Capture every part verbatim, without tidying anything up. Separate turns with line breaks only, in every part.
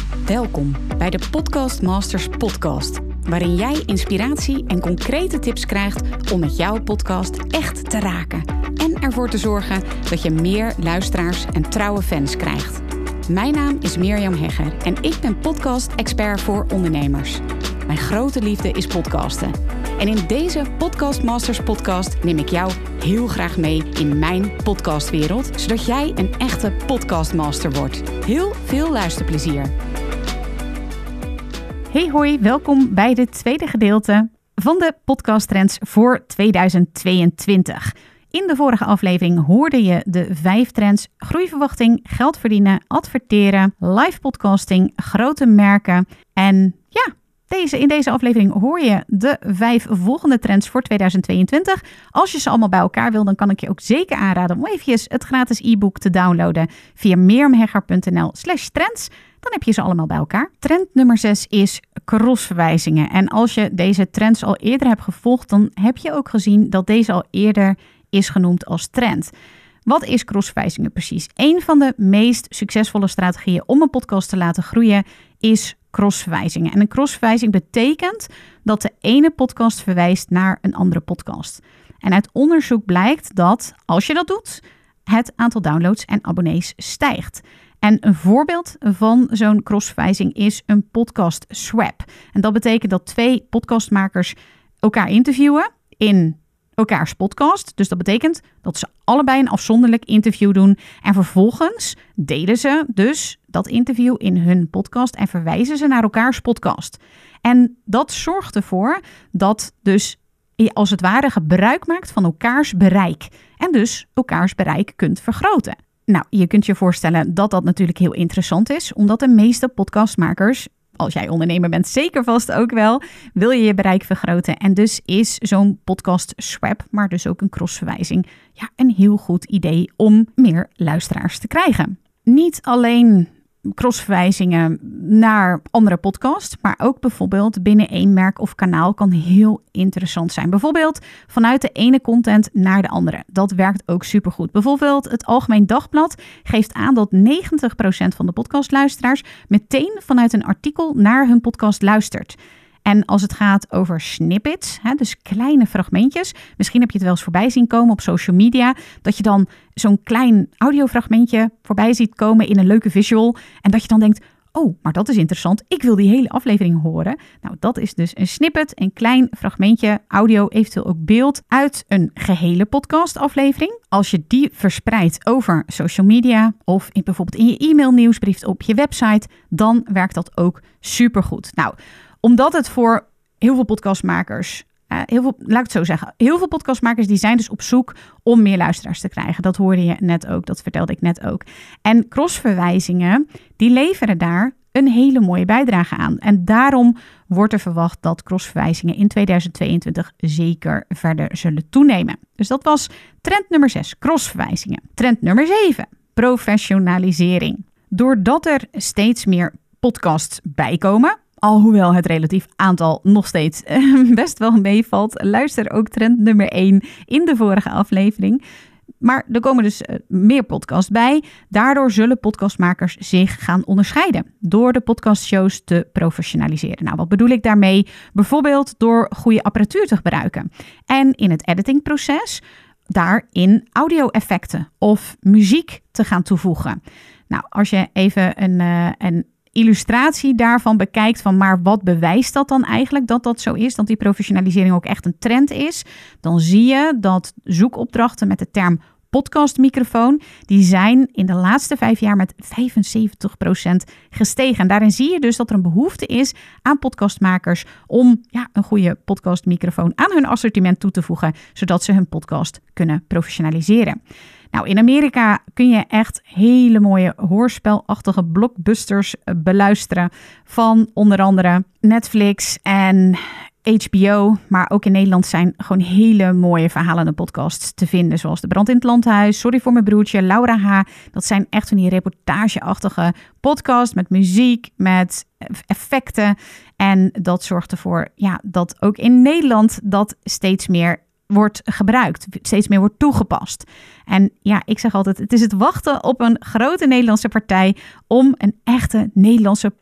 Welkom bij de Podcast Masters podcast, waarin jij inspiratie en concrete tips krijgt om met jouw podcast echt te raken en ervoor te zorgen dat je meer luisteraars en trouwe fans krijgt. Mijn naam is Mirjam Hegger en ik ben podcast-expert voor ondernemers. Mijn grote liefde is podcasten. En in deze Podcast Masters podcast neem ik jou heel graag mee in mijn podcastwereld, zodat jij een echte podcastmaster wordt. Heel veel luisterplezier.
Hey hoi, welkom bij dit tweede gedeelte van de podcasttrends voor tweeduizend tweeëntwintig. In de vorige aflevering hoorde je de vijf trends: groeiverwachting, geld verdienen, adverteren, live podcasting, grote merken. En ja, deze, in deze aflevering hoor je de vijf volgende trends voor tweeduizend tweeëntwintig. Als je ze allemaal bij elkaar wil, dan kan ik je ook zeker aanraden om eventjes het gratis e-book te downloaden via mirjamhegger.nl slash trends. Dan heb je ze allemaal bij elkaar. Trend nummer zes is crossverwijzingen. En als je deze trends al eerder hebt gevolgd, dan heb je ook gezien dat deze al eerder is genoemd als trend. Wat is crossverwijzingen precies? Een van de meest succesvolle strategieën om een podcast te laten groeien is crossverwijzingen. En een crossverwijzing betekent dat de ene podcast verwijst naar een andere podcast. En uit onderzoek blijkt dat als je dat doet, het aantal downloads en abonnees stijgt. En een voorbeeld van zo'n crossverwijzing is een podcast swap. En dat betekent dat twee podcastmakers elkaar interviewen in elkaars podcast. Dus dat betekent dat ze allebei een afzonderlijk interview doen. En vervolgens delen ze dus dat interview in hun podcast en verwijzen ze naar elkaars podcast. En dat zorgt ervoor dat dus je als het ware gebruik maakt van elkaars bereik. En dus elkaars bereik kunt vergroten. Nou, je kunt je voorstellen dat dat natuurlijk heel interessant is, omdat de meeste podcastmakers, als jij ondernemer bent, zeker vast ook wel, wil je je bereik vergroten. En dus is zo'n podcast swap, maar dus ook een crossverwijzing, ja, een heel goed idee om meer luisteraars te krijgen. Niet alleen crossverwijzingen naar andere podcasts, maar ook bijvoorbeeld binnen één merk of kanaal kan heel interessant zijn. Bijvoorbeeld vanuit de ene content naar de andere. Dat werkt ook supergoed. Bijvoorbeeld het Algemeen Dagblad geeft aan dat negentig procent van de podcastluisteraars meteen vanuit een artikel naar hun podcast luistert. En als het gaat over snippets, hè, dus kleine fragmentjes. Misschien heb je het wel eens voorbij zien komen op social media. Dat je dan zo'n klein audiofragmentje voorbij ziet komen in een leuke visual. En dat je dan denkt, oh, maar dat is interessant. Ik wil die hele aflevering horen. Nou, dat is dus een snippet, een klein fragmentje, audio, eventueel ook beeld, uit een gehele podcastaflevering. Als je die verspreidt over social media of in, bijvoorbeeld in je e-mail nieuwsbrief op je website, dan werkt dat ook supergoed. Nou, omdat het voor heel veel podcastmakers, uh, heel veel, laat ik het zo zeggen, heel veel podcastmakers die zijn dus op zoek om meer luisteraars te krijgen. Dat hoorde je net ook, dat vertelde ik net ook. En crossverwijzingen, die leveren daar een hele mooie bijdrage aan. En daarom wordt er verwacht dat crossverwijzingen in tweeduizend tweeëntwintig zeker verder zullen toenemen. Dus dat was trend nummer zes, crossverwijzingen. Trend nummer zeven, professionalisering. Doordat er steeds meer podcasts bijkomen, alhoewel het relatief aantal nog steeds best wel meevalt, luister ook trend nummer één in de vorige aflevering. Maar er komen dus meer podcasts bij. Daardoor zullen podcastmakers zich gaan onderscheiden door de podcastshows te professionaliseren. Nou, wat bedoel ik daarmee? Bijvoorbeeld door goede apparatuur te gebruiken. En in het editingproces daarin audio-effecten of muziek te gaan toevoegen. Nou, als je even een, uh, een illustratie daarvan bekijkt van, maar wat bewijst dat dan eigenlijk dat dat zo is, dat die professionalisering ook echt een trend is, dan zie je dat zoekopdrachten met de term podcastmicrofoon, die zijn in de laatste vijf jaar met vijfenzeventig procent gestegen. En daarin zie je dus dat er een behoefte is aan podcastmakers om ja, een goede podcastmicrofoon aan hun assortiment toe te voegen, zodat ze hun podcast kunnen professionaliseren. Nou, in Amerika kun je echt hele mooie hoorspelachtige blockbusters beluisteren van onder andere Netflix en H B O. Maar ook in Nederland zijn gewoon hele mooie verhalende podcasts te vinden. Zoals De Brand in het Landhuis, Sorry voor mijn broertje, Laura H. Dat zijn echt van die reportageachtige podcasts met muziek, met effecten. En dat zorgt ervoor ja, dat ook in Nederland dat steeds meer wordt gebruikt, steeds meer wordt toegepast. En ja, ik zeg altijd, het is het wachten op een grote Nederlandse partij om een echte Nederlandse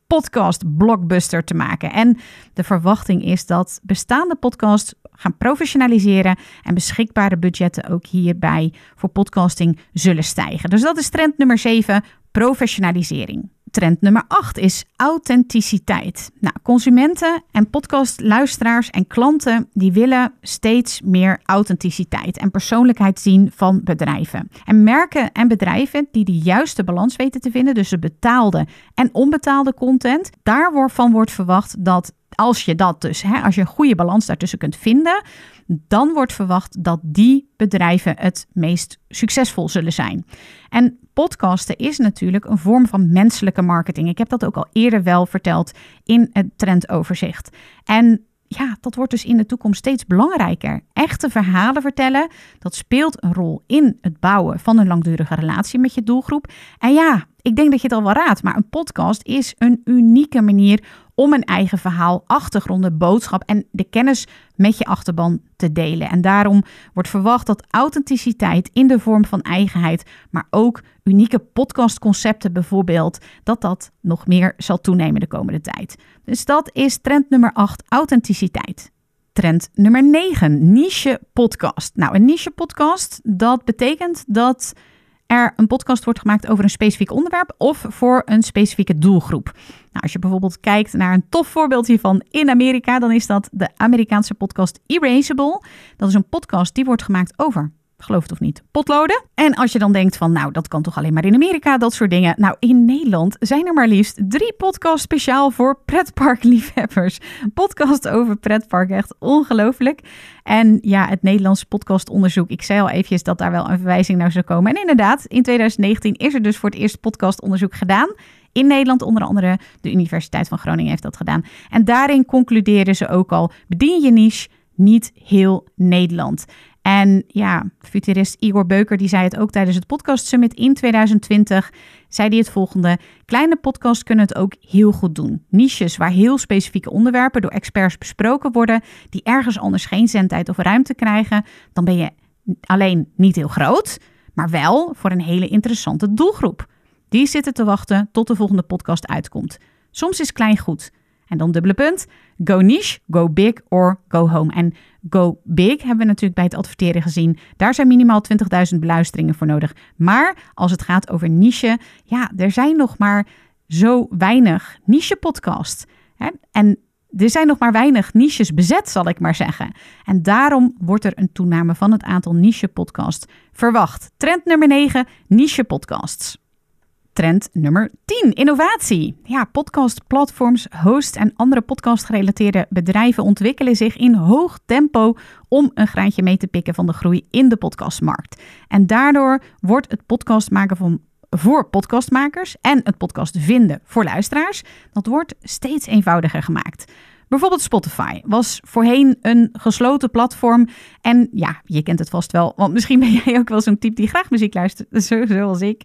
podcast blockbuster te maken. En de verwachting is dat bestaande podcasts gaan professionaliseren en beschikbare budgetten ook hierbij voor podcasting zullen stijgen. Dus dat is trend nummer zeven, professionalisering. Trend nummer acht is authenticiteit. Nou, consumenten en podcastluisteraars en klanten die willen steeds meer authenticiteit en persoonlijkheid zien van bedrijven. En merken en bedrijven die de juiste balans weten te vinden, dus de betaalde en onbetaalde content, daarvan wordt verwacht dat als je dat dus, hè, als je een goede balans daartussen kunt vinden, dan wordt verwacht dat die bedrijven het meest succesvol zullen zijn. En podcasten is natuurlijk een vorm van menselijke marketing. Ik heb dat ook al eerder wel verteld in het trendoverzicht. En ja, dat wordt dus in de toekomst steeds belangrijker. Echte verhalen vertellen, dat speelt een rol in het bouwen van een langdurige relatie met je doelgroep. En ja, ik denk dat je het al wel raadt, maar een podcast is een unieke manier om een eigen verhaal, achtergronden, boodschap en de kennis met je achterban te delen. En daarom wordt verwacht dat authenticiteit in de vorm van eigenheid, maar ook unieke podcastconcepten bijvoorbeeld, dat dat nog meer zal toenemen de komende tijd. Dus dat is trend nummer acht, authenticiteit. Trend nummer negen, niche podcast. Nou, een niche podcast, dat betekent dat er een podcast wordt gemaakt over een specifiek onderwerp of voor een specifieke doelgroep. Nou, als je bijvoorbeeld kijkt naar een tof voorbeeld hiervan in Amerika, dan is dat de Amerikaanse podcast Erasable. Dat is een podcast die wordt gemaakt over, geloof het of niet, potloden. En als je dan denkt van, nou, dat kan toch alleen maar in Amerika, dat soort dingen. Nou, in Nederland zijn er maar liefst drie podcasts speciaal voor pretparkliefhebbers. Podcast over pretpark, echt ongelooflijk. En ja, het Nederlandse podcastonderzoek, ik zei al eventjes dat daar wel een verwijzing naar zou komen. En inderdaad, in twintig negentien is er dus voor het eerst podcastonderzoek gedaan. In Nederland, onder andere de Universiteit van Groningen heeft dat gedaan. En daarin concluderen ze ook al, bedien je niche, niet heel Nederland. En ja, futurist Igor Beuker die zei het ook tijdens het Podcast Summit in twintig twintig. Zei hij het volgende: kleine podcasts kunnen het ook heel goed doen. Niches waar heel specifieke onderwerpen door experts besproken worden, die ergens anders geen zendtijd of ruimte krijgen, dan ben je alleen niet heel groot, maar wel voor een hele interessante doelgroep. Die zitten te wachten tot de volgende podcast uitkomt. Soms is klein goed. En dan dubbele punt, go niche, go big or go home. En go big hebben we natuurlijk bij het adverteren gezien. Daar zijn minimaal twintigduizend beluisteringen voor nodig. Maar als het gaat over niche, ja, er zijn nog maar zo weinig niche podcasts. Hè? En er zijn nog maar weinig niches bezet, zal ik maar zeggen. En daarom wordt er een toename van het aantal niche podcasts verwacht. Trend nummer negen, niche podcasts. Trend nummer tien, innovatie. Ja, podcastplatforms, hosts en andere podcastgerelateerde bedrijven ontwikkelen zich in hoog tempo om een graantje mee te pikken van de groei in de podcastmarkt. En daardoor wordt het podcast maken van, voor podcastmakers en het podcast vinden voor luisteraars, dat wordt steeds eenvoudiger gemaakt. Bijvoorbeeld Spotify was voorheen een gesloten platform. En ja, je kent het vast wel, want misschien ben jij ook wel zo'n type die graag muziek luistert, zo, zoals ik.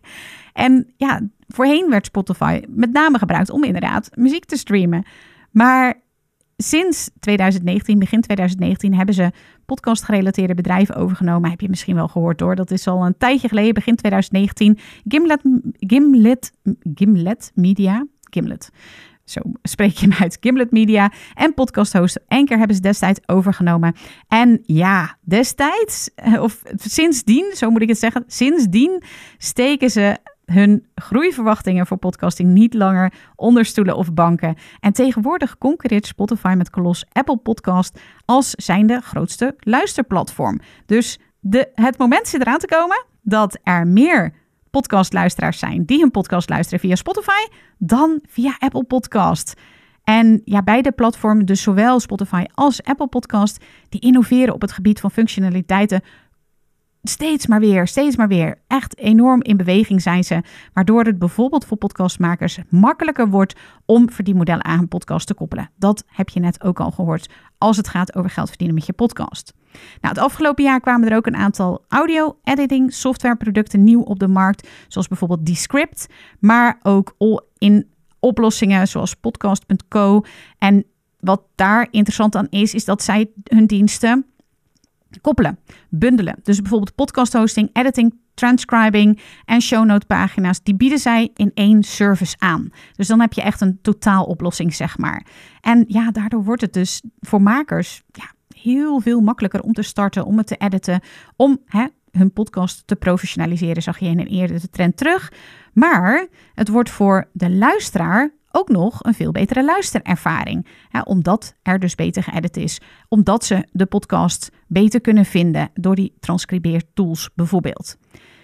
En ja, voorheen werd Spotify met name gebruikt om inderdaad muziek te streamen. Maar sinds twintig negentien, begin twintig negentien, hebben ze podcastgerelateerde bedrijven overgenomen. Heb je misschien wel gehoord hoor. Dat is al een tijdje geleden, begin twintig negentien. Gimlet, Gimlet, Gimlet Media, Gimlet. Zo spreek je hem uit. Gimlet Media en podcasthost Anchor hebben ze destijds overgenomen. En ja, destijds, of sindsdien, zo moet ik het zeggen, sindsdien steken ze hun groeiverwachtingen voor podcasting niet langer onder stoelen of banken. En tegenwoordig concurreert Spotify met kolos Apple Podcast als zijnde grootste luisterplatform. Dus de, het moment zit eraan te komen dat er meer podcastluisteraars zijn die hun podcast luisteren via Spotify dan via Apple Podcast. En ja, beide platformen, dus zowel Spotify als Apple Podcast, die innoveren op het gebied van functionaliteiten steeds maar weer, steeds maar weer. Echt enorm in beweging zijn ze, waardoor het bijvoorbeeld voor podcastmakers makkelijker wordt om verdienmodellen aan een podcast te koppelen. Dat heb je net ook al gehoord als het gaat over geld verdienen met je podcast. Nou, het afgelopen jaar kwamen er ook een aantal audio-editing softwareproducten nieuw op de markt, zoals bijvoorbeeld Descript, maar ook all-in oplossingen zoals podcast punt co. En wat daar interessant aan is, is dat zij hun diensten koppelen, bundelen. Dus bijvoorbeeld podcast hosting, editing, transcribing en show note pagina's, die bieden zij in één service aan. Dus dan heb je echt een totaaloplossing, zeg maar. En ja, daardoor wordt het dus voor makers ja, heel veel makkelijker om te starten, om het te editen, om hè, hun podcast te professionaliseren, zag je in een eerdere trend terug. Maar het wordt voor de luisteraar ook nog een veel betere luisterervaring. Ja, omdat er dus beter geëdit is. Omdat ze de podcast beter kunnen vinden door die transcribeertools bijvoorbeeld.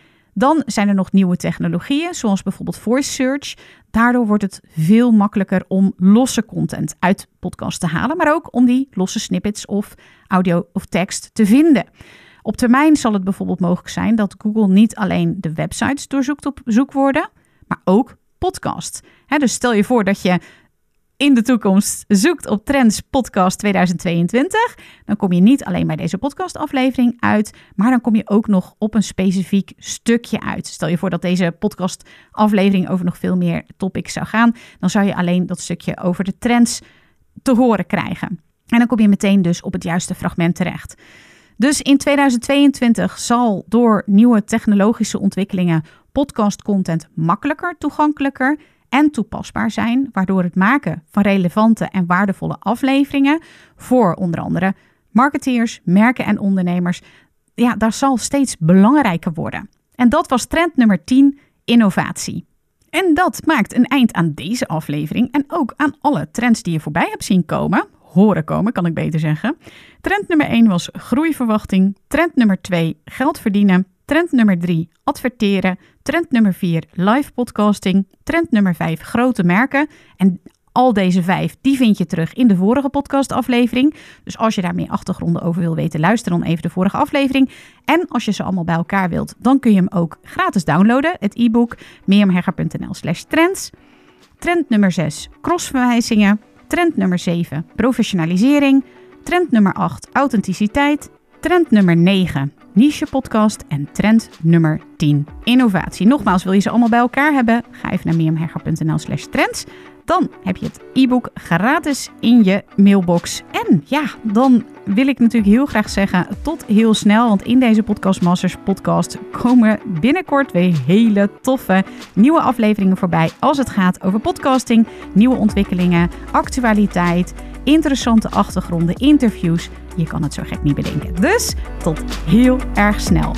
Dan zijn er nog nieuwe technologieën, zoals bijvoorbeeld voice search. Daardoor wordt het veel makkelijker om losse content uit podcast te halen, maar ook om die losse snippets of audio of tekst te vinden. Op termijn zal het bijvoorbeeld mogelijk zijn dat Google niet alleen de websites doorzoekt op zoekwoorden, maar ook podcast. He, dus stel je voor dat je in de toekomst zoekt op Trends Podcast tweeduizend tweeëntwintig. Dan kom je niet alleen bij deze podcastaflevering uit, maar dan kom je ook nog op een specifiek stukje uit. Stel je voor dat deze podcastaflevering over nog veel meer topics zou gaan. Dan zou je alleen dat stukje over de trends te horen krijgen. En dan kom je meteen dus op het juiste fragment terecht. Dus in tweeduizend tweeëntwintig zal door nieuwe technologische ontwikkelingen podcastcontent makkelijker, toegankelijker en toepasbaar zijn, waardoor het maken van relevante en waardevolle afleveringen voor onder andere marketeers, merken en ondernemers, ja, daar zal steeds belangrijker worden. En dat was trend nummer tien, innovatie. En dat maakt een eind aan deze aflevering en ook aan alle trends die je voorbij hebt zien komen. Horen komen, kan ik beter zeggen. Trend nummer één was groeiverwachting. Trend nummer twee, geld verdienen. Trend nummer drie, adverteren. Trend nummer vier, live podcasting. Trend nummer vijf, grote merken. En al deze vijf, die vind je terug in de vorige podcastaflevering. Dus als je daar meer achtergronden over wil weten, luister dan even de vorige aflevering. En als je ze allemaal bij elkaar wilt, dan kun je hem ook gratis downloaden. Het e-book mirjamhegger.nl slash trends. Trend nummer zes, crossverwijzingen. Trend nummer zeven, professionalisering. Trend nummer acht, authenticiteit. Trend nummer negen, niche podcast. En trend nummer tien, innovatie. Nogmaals, wil je ze allemaal bij elkaar hebben? Ga even naar mirjamhegger.nl slash trends. Dan heb je het e-book gratis in je mailbox. En ja, dan wil ik natuurlijk heel graag zeggen tot heel snel. Want in deze Podcast Masters podcast komen binnenkort weer hele toffe nieuwe afleveringen voorbij. Als het gaat over podcasting, nieuwe ontwikkelingen, actualiteit, interessante achtergronden, interviews. Je kan het zo gek niet bedenken. Dus tot heel erg snel.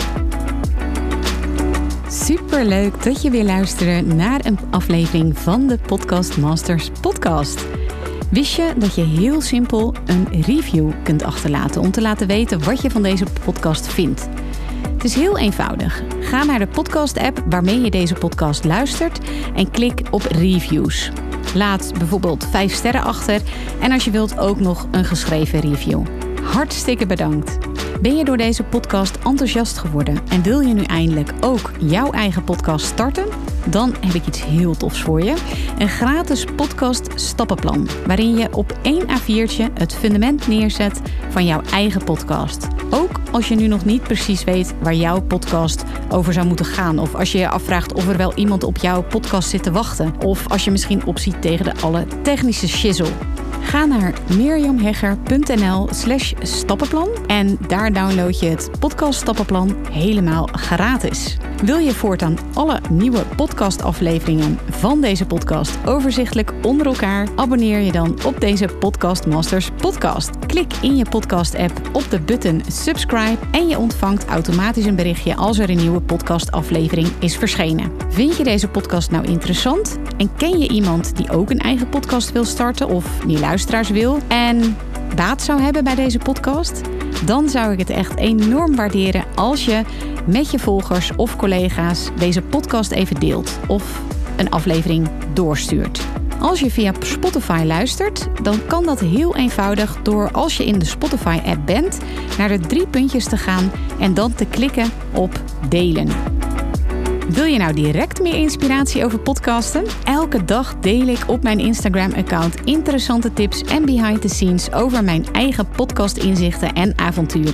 Superleuk dat je weer luistert naar een aflevering van de Podcast Masters podcast. Wist je dat je heel simpel een review kunt achterlaten om te laten weten wat je van deze podcast vindt? Het is heel eenvoudig. Ga naar de podcast-app waarmee je deze podcast luistert en klik op reviews. Laat bijvoorbeeld vijf sterren achter en als je wilt ook nog een geschreven review. Hartstikke bedankt. Ben je door deze podcast enthousiast geworden en wil je nu eindelijk ook jouw eigen podcast starten? Dan heb ik iets heel tofs voor je. Een gratis podcast stappenplan, waarin je op één A viertje het fundament neerzet van jouw eigen podcast. Ook als je nu nog niet precies weet waar jouw podcast over zou moeten gaan. Of als je je afvraagt of er wel iemand op jouw podcast zit te wachten. Of als je misschien opziet tegen de alle technische shizzle. Ga naar mirjamhegger.nl slash stappenplan en daar download je het podcast stappenplan helemaal gratis. Wil je voortaan alle nieuwe podcastafleveringen van deze podcast overzichtelijk onder elkaar? Abonneer je dan op deze Podcast Masters podcast. Klik in je podcast app op de button subscribe en je ontvangt automatisch een berichtje als er een nieuwe podcastaflevering is verschenen. Vind je deze podcast nou interessant? En ken je iemand die ook een eigen podcast wil starten of meer luisteraars wil en baat zou hebben bij deze podcast? Dan zou ik het echt enorm waarderen als je met je volgers of collega's deze podcast even deelt of een aflevering doorstuurt. Als je via Spotify luistert, dan kan dat heel eenvoudig door als je in de Spotify-app bent naar de drie puntjes te gaan en dan te klikken op delen. Wil je nou direct meer inspiratie over podcasten? Elke dag deel ik op mijn Instagram-account interessante tips en behind the scenes over mijn eigen podcast-inzichten en avonturen.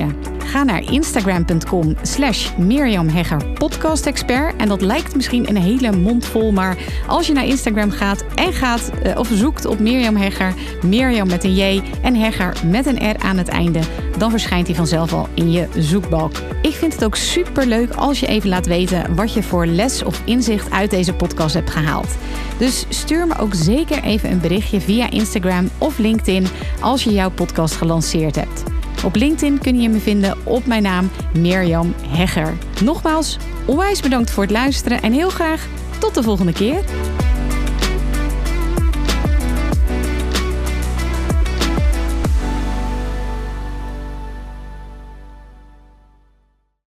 Ga naar instagram.com slash Mirjam Hegger podcastexpert. En dat lijkt misschien een hele mond vol, maar als je naar Instagram gaat en gaat uh, of zoekt op Mirjam Hegger, Mirjam met een J en Hegger met een R aan het einde, dan verschijnt hij vanzelf al in je zoekbalk. Ik vind het ook super leuk als je even laat weten wat je voor les of inzicht uit deze podcast hebt gehaald. Dus stuur me ook zeker even een berichtje via Instagram of LinkedIn als je jouw podcast gelanceerd hebt. Op LinkedIn kun je me vinden op mijn naam Mirjam Hegger. Nogmaals, onwijs bedankt voor het luisteren en heel graag tot de volgende keer.